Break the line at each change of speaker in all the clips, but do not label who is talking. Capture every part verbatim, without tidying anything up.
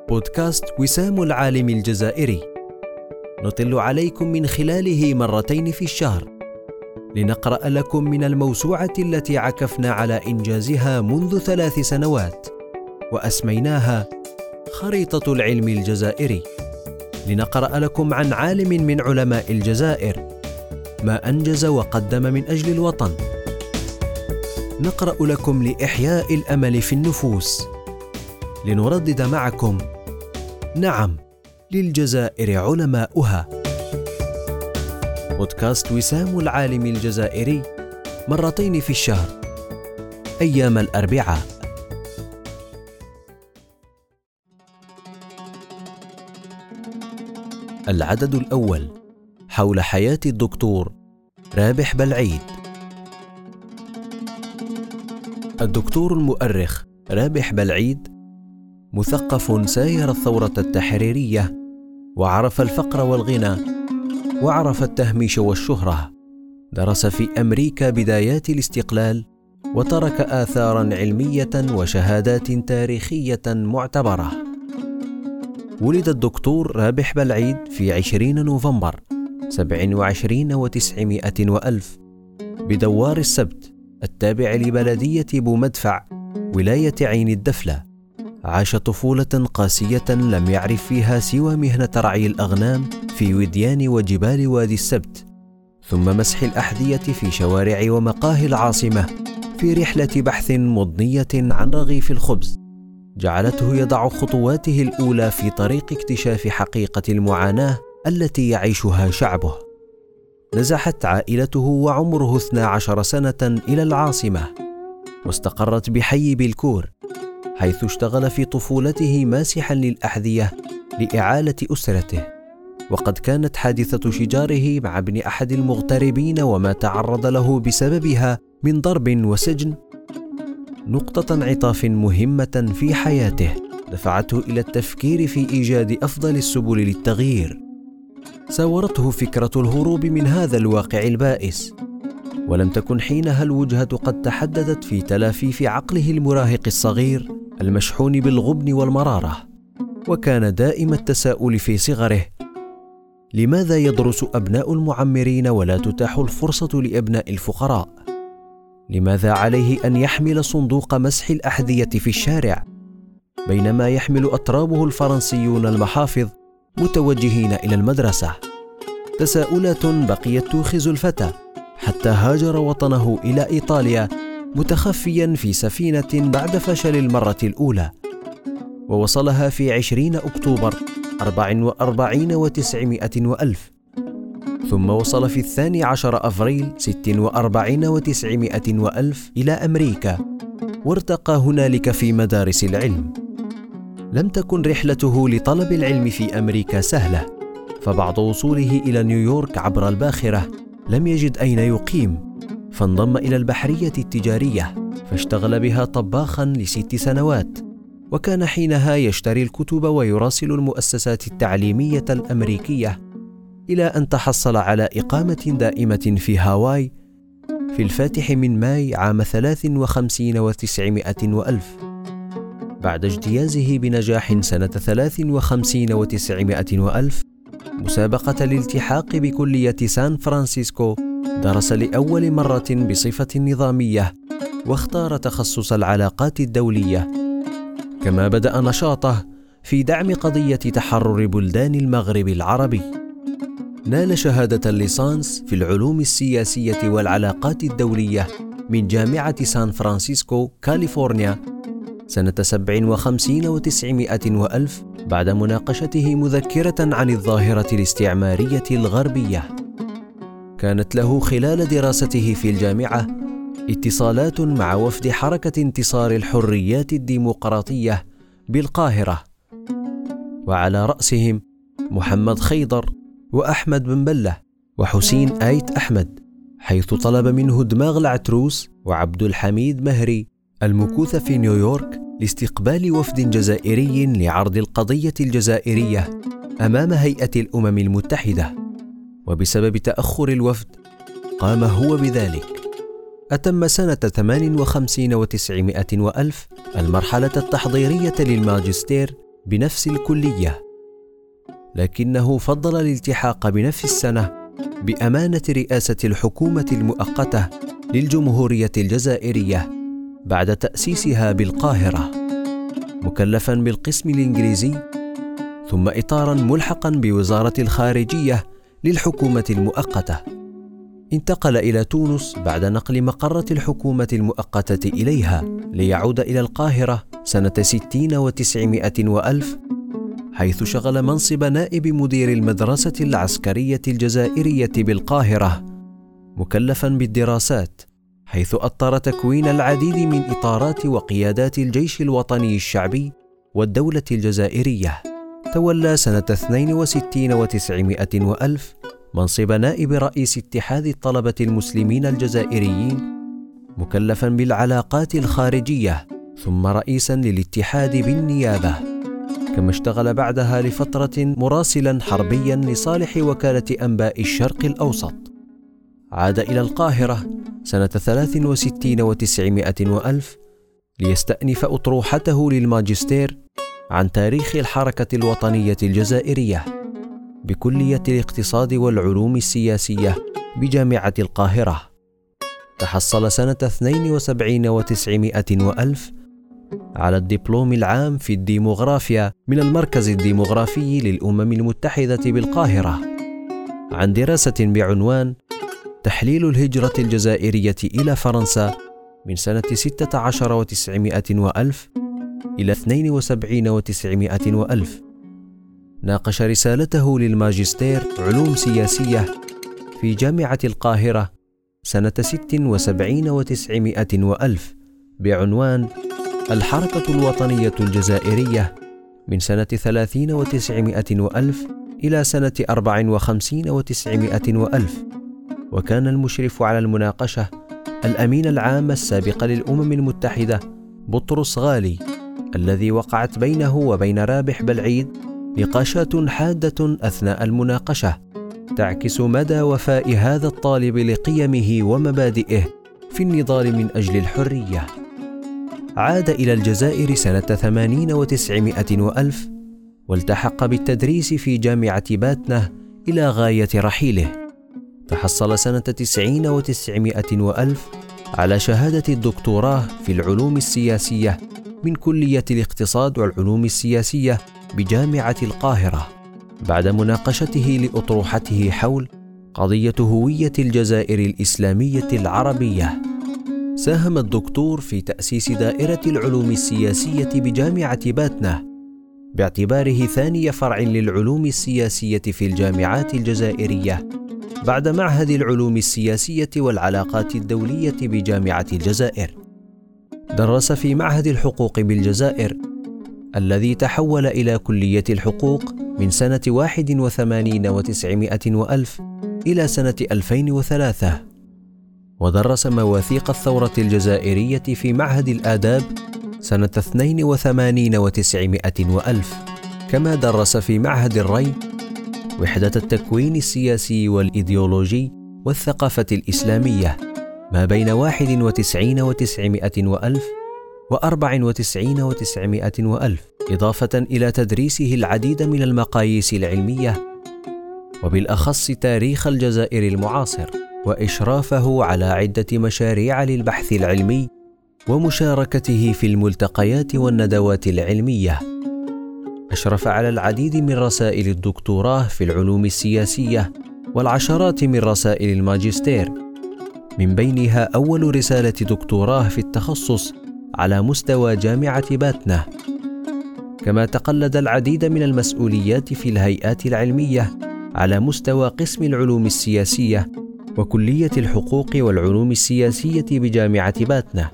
بودكاست وسام العالم الجزائري، نطل عليكم من خلاله مرتين في الشهر لنقرأ لكم من الموسوعة التي عكفنا على إنجازها منذ ثلاث سنوات وأسميناها خريطة العلم الجزائري، لنقرأ لكم عن عالم من علماء الجزائر ما أنجز وقدم من أجل الوطن. نقرأ لكم لإحياء الأمل في النفوس، لنردد معكم: نعم، للجزائر علماؤها. بودكاست وسام العالم الجزائري مرتين في الشهر، أيام الأربعاء. العدد الأول حول حياة الدكتور رابح بلعيد. الدكتور المؤرخ رابح بلعيد مثقف ساير الثورة التحريرية، وعرف الفقر والغنى، وعرف التهميش والشهرة. درس في أمريكا بدايات الاستقلال، وترك آثاراً علمية وشهادات تاريخية معتبرة. ولد الدكتور رابح بلعيد في عشرين نوفمبر سبع وعشرين وتسعمائة وألف بدوار السبت التابع لبلدية بومدفع ولاية عين الدفلة. عاش طفولة قاسية لم يعرف فيها سوى مهنة رعي الأغنام في وديان وجبال وادي السبت، ثم مسح الأحذية في شوارع ومقاهي العاصمة في رحلة بحث مضنية عن رغيف الخبز جعلته يضع خطواته الأولى في طريق اكتشاف حقيقة المعاناة التي يعيشها شعبه. نزحت عائلته وعمره اثنا عشر سنة إلى العاصمة، واستقرت بحي بالكور، حيث اشتغل في طفولته ماسحا للأحذية لإعالة أسرته. وقد كانت حادثة شجاره مع ابن أحد المغتربين وما تعرض له بسببها من ضرب وسجن نقطة انعطاف مهمة في حياته دفعته إلى التفكير في إيجاد أفضل السبل للتغيير. ساورته فكرة الهروب من هذا الواقع البائس، ولم تكن حينها الوجهة قد تحددت في تلافيف عقله المراهق الصغير المشحون بالغبن والمرارة. وكان دائم التساؤل في صغره: لماذا يدرس أبناء المعمرين ولا تتاح الفرصة لأبناء الفقراء؟ لماذا عليه أن يحمل صندوق مسح الأحذية في الشارع بينما يحمل أترابه الفرنسيون المحافظ متوجهين إلى المدرسة؟ تساؤلات بقيت توخز الفتى حتى هاجر وطنه إلى إيطاليا متخفيا في سفينة بعد فشل المرة الأولى، ووصلها في عشرين أكتوبر أربع وأربعين وتسعمائة وألف، ثم وصل في الثاني عشر أفريل ست وأربعين وتسعمائة وألف إلى أمريكا، وارتقى هنالك في مدارس العلم. لم تكن رحلته لطلب العلم في أمريكا سهلة، فبعد وصوله إلى نيويورك عبر الباخرة لم يجد أين يقيم، فانضم إلى البحرية التجارية فاشتغل بها طباخاً لست سنوات، وكان حينها يشتري الكتب ويراسل المؤسسات التعليمية الأمريكية، إلى أن تحصل على إقامة دائمة في هاواي في الفاتح من ماي عام ثلاث وخمسين وتسعمائة وألف. بعد اجتيازه بنجاح سنة ثلاث وخمسين وتسعمائة وألف مسابقة الالتحاق بكلية سان فرانسيسكو، درس لأول مرة بصفة نظامية، واختار تخصص العلاقات الدولية. كما بدأ نشاطه في دعم قضية تحرر بلدان المغرب العربي. نال شهادة الليسانس في العلوم السياسية والعلاقات الدولية من جامعة سان فرانسيسكو كاليفورنيا سنة سبع وخمسين وتسعمائة وألف، بعد مناقشته مذكرة عن الظاهرة الاستعمارية الغربية. كانت له خلال دراسته في الجامعة اتصالات مع وفد حركة انتصار الحريات الديمقراطية بالقاهرة، وعلى رأسهم محمد خيضر وأحمد بن بلة وحسين آيت أحمد، حيث طلب منه دماغ العتروس وعبد الحميد مهري المكوث في نيويورك لاستقبال وفد جزائري لعرض القضية الجزائرية أمام هيئة الأمم المتحدة. وبسبب تأخر الوفد قام هو بذلك. أتم سنة ثمان وخمسين وتسعمائة وألف المرحلة التحضيرية للماجستير بنفس الكلية، لكنه فضل الالتحاق بنفس السنة بأمانة رئاسة الحكومة المؤقتة للجمهورية الجزائرية بعد تأسيسها بالقاهرة، مكلفاً بالقسم الإنجليزي، ثم إطاراً ملحقاً بوزارة الخارجية للحكومة المؤقتة. انتقل إلى تونس بعد نقل مقرة الحكومة المؤقتة إليها، ليعود إلى القاهرة سنة ستين وتسعمائة وألف، حيث شغل منصب نائب مدير المدرسة العسكرية الجزائرية بالقاهرة، مكلفاً بالدراسات، حيث أطر تكوين العديد من إطارات وقيادات الجيش الوطني الشعبي والدولة الجزائرية. تولى سنة اثنين وستين وتسعمائة وألف منصب نائب رئيس اتحاد الطلبة المسلمين الجزائريين، مكلفاً بالعلاقات الخارجية، ثم رئيساً للاتحاد بالنيابة، كما اشتغل بعدها لفترة مراسلاً حربياً لصالح وكالة أنباء الشرق الأوسط. عاد إلى القاهرة سنة ثلاث وستين وتسعمائة وألف ليستأنف أطروحته للماجستير عن تاريخ الحركة الوطنية الجزائرية بكلية الاقتصاد والعلوم السياسية بجامعة القاهرة. تحصل سنة اثنين وسبعين وتسعمائة وألف على الدبلوم العام في الديموغرافيا من المركز الديموغرافي للأمم المتحدة بالقاهرة، عن دراسة بعنوان تحليل الهجرة الجزائرية إلى فرنسا من سنة ستة عشر وتسعمائة وألف إلى اثنين وسبعين وتسعمائة وألف. ناقش رسالته للماجستير علوم سياسية في جامعة القاهرة سنة ست وسبعين وتسعمائة وألف بعنوان الحركة الوطنية الجزائرية من سنة ثلاثين وتسعمائة وألف إلى سنة أربع وخمسين وتسعمائة وألف، وكان المشرف على المناقشة الأمين العام السابق للأمم المتحدة بطرس غالي، الذي وقعت بينه وبين رابح بلعيد نقاشات حادة أثناء المناقشة تعكس مدى وفاء هذا الطالب لقيمه ومبادئه في النضال من أجل الحرية. عاد إلى الجزائر سنة ثمانين وتسعمائة وألف، والتحق بالتدريس في جامعة باتنة إلى غاية رحيله. تحصل سنة تسعين وتسعمائة وألف على شهادة الدكتوراه في العلوم السياسية من كلية الاقتصاد والعلوم السياسية بجامعة القاهرة، بعد مناقشته لأطروحته حول قضية هوية الجزائر الإسلامية العربية. ساهم الدكتور في تأسيس دائرة العلوم السياسية بجامعة باتنة، باعتباره ثاني فرع للعلوم السياسية في الجامعات الجزائرية بعد معهد العلوم السياسية والعلاقات الدولية بجامعة الجزائر. درس في معهد الحقوق بالجزائر، الذي تحول إلى كلية الحقوق من سنة واحد وثمانين وتسعمائة وألف إلى سنة ألفين وثلاثة، ودرس مواثيق الثورة الجزائرية في معهد الآداب سنة اثنين وثمانين وتسعمائة وألف، كما درس في معهد الري وحدة التكوين السياسي والإيديولوجي والثقافة الإسلامية ما بين واحد وتسعين وتسعمائة وألف وأربع وتسعين وتسعمائة وألف، إضافة إلى تدريسه العديد من المقاييس العلمية وبالأخص تاريخ الجزائر المعاصر، وإشرافه على عدة مشاريع للبحث العلمي ومشاركته في الملتقيات والندوات العلمية. أشرف على العديد من رسائل الدكتوراه في العلوم السياسية والعشرات من رسائل الماجستير، من بينها أول رسالة دكتوراه في التخصص على مستوى جامعة باتنة. كما تقلد العديد من المسؤوليات في الهيئات العلمية على مستوى قسم العلوم السياسية وكلية الحقوق والعلوم السياسية بجامعة باتنة.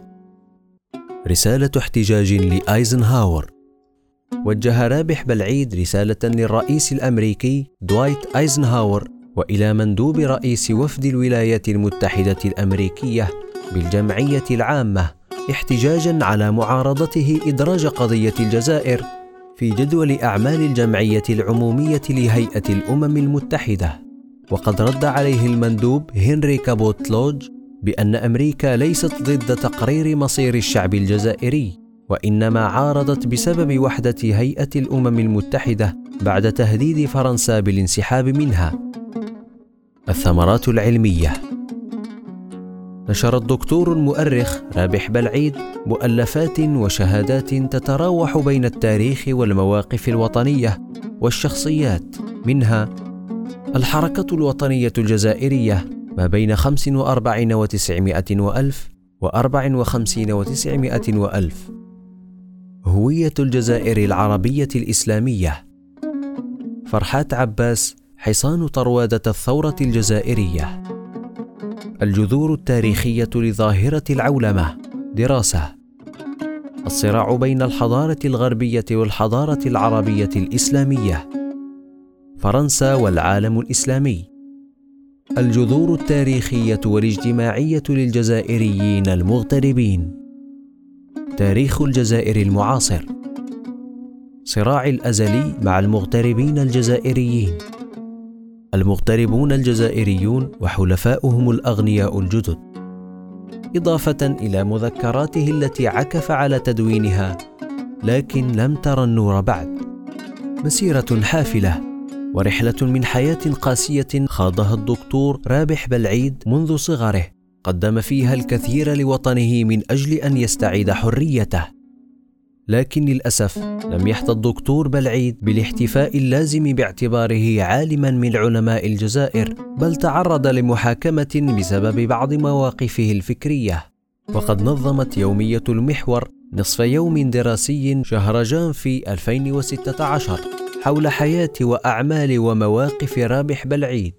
رسالة احتجاج لأيزنهاور. وجه رابح بلعيد رسالة للرئيس الأمريكي دوايت أيزنهاور وإلى مندوب رئيس وفد الولايات المتحدة الأمريكية بالجمعية العامة احتجاجاً على معارضته إدراج قضية الجزائر في جدول أعمال الجمعية العمومية لهيئة الأمم المتحدة. وقد رد عليه المندوب هنري كابوت لودج بأن أمريكا ليست ضد تقرير مصير الشعب الجزائري، وإنما عارضت بسبب وحدة هيئة الأمم المتحدة بعد تهديد فرنسا بالانسحاب منها. الثمرات العلمية: نشر الدكتور المؤرخ رابح بلعيد مؤلفات وشهادات تتراوح بين التاريخ والمواقف الوطنية والشخصيات، منها الحركة الوطنية الجزائرية ما بين خمس وأربعين وتسعمائة وألف وأربع وخمسين وتسعمائة وألف، هوية الجزائر العربية الإسلامية، فرحات عباس حصان طروادة الثورة الجزائرية، الجذور التاريخية لظاهرة العولمة دراسة، الصراع بين الحضارة الغربية والحضارة العربية الإسلامية، فرنسا والعالم الإسلامي، الجذور التاريخية والاجتماعية للجزائريين المغتربين، تاريخ الجزائر المعاصر، صراع الأزلي مع المغتربين الجزائريين، المغتربون الجزائريون وحلفاؤهم الأغنياء الجدد، إضافة إلى مذكراته التي عكف على تدوينها لكن لم ترى النور بعد. مسيرة حافلة ورحلة من حياة قاسية خاضها الدكتور رابح بلعيد منذ صغره، قدم فيها الكثير لوطنه من أجل أن يستعيد حريته، لكن للأسف لم يحظى الدكتور بلعيد بالاحتفاء اللازم باعتباره عالما من علماء الجزائر، بل تعرض لمحاكمة بسبب بعض مواقفه الفكرية. وقد نظمت يومية المحور نصف يوم دراسي شهر جانفي ألفين وستة عشر حول حياة وأعمال ومواقف رابح بلعيد.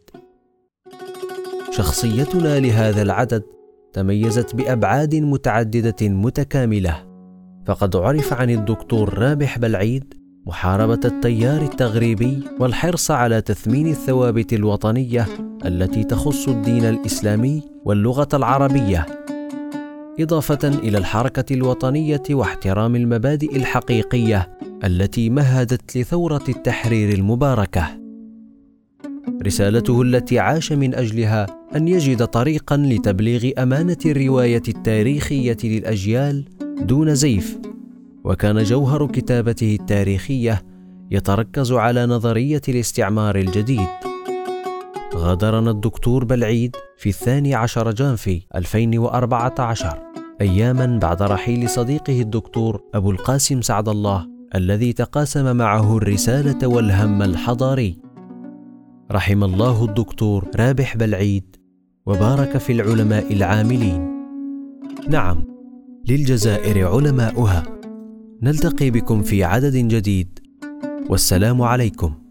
شخصيتنا لهذا العدد تميزت بأبعاد متعددة متكاملة، فقد عرف عن الدكتور رابح بلعيد محاربة التيار التغريبي والحرص على تثمين الثوابت الوطنية التي تخص الدين الإسلامي واللغة العربية، إضافة إلى الحركة الوطنية واحترام المبادئ الحقيقية التي مهدت لثورة التحرير المباركة. رسالته التي عاش من أجلها أن يجد طريقا لتبليغ أمانة الرواية التاريخية للأجيال دون زيف، وكان جوهر كتابته التاريخية يتركز على نظرية الاستعمار الجديد. غادرنا الدكتور بلعيد في الثاني عشر جانفي ألفين وأربعة عشر، أياما بعد رحيل صديقه الدكتور أبو القاسم سعد الله الذي تقاسم معه الرسالة والهم الحضاري. رحم الله الدكتور رابح بلعيد وبارك في العلماء العاملين. نعم، للجزائر علماؤها. نلتقي بكم في عدد جديد، والسلام عليكم.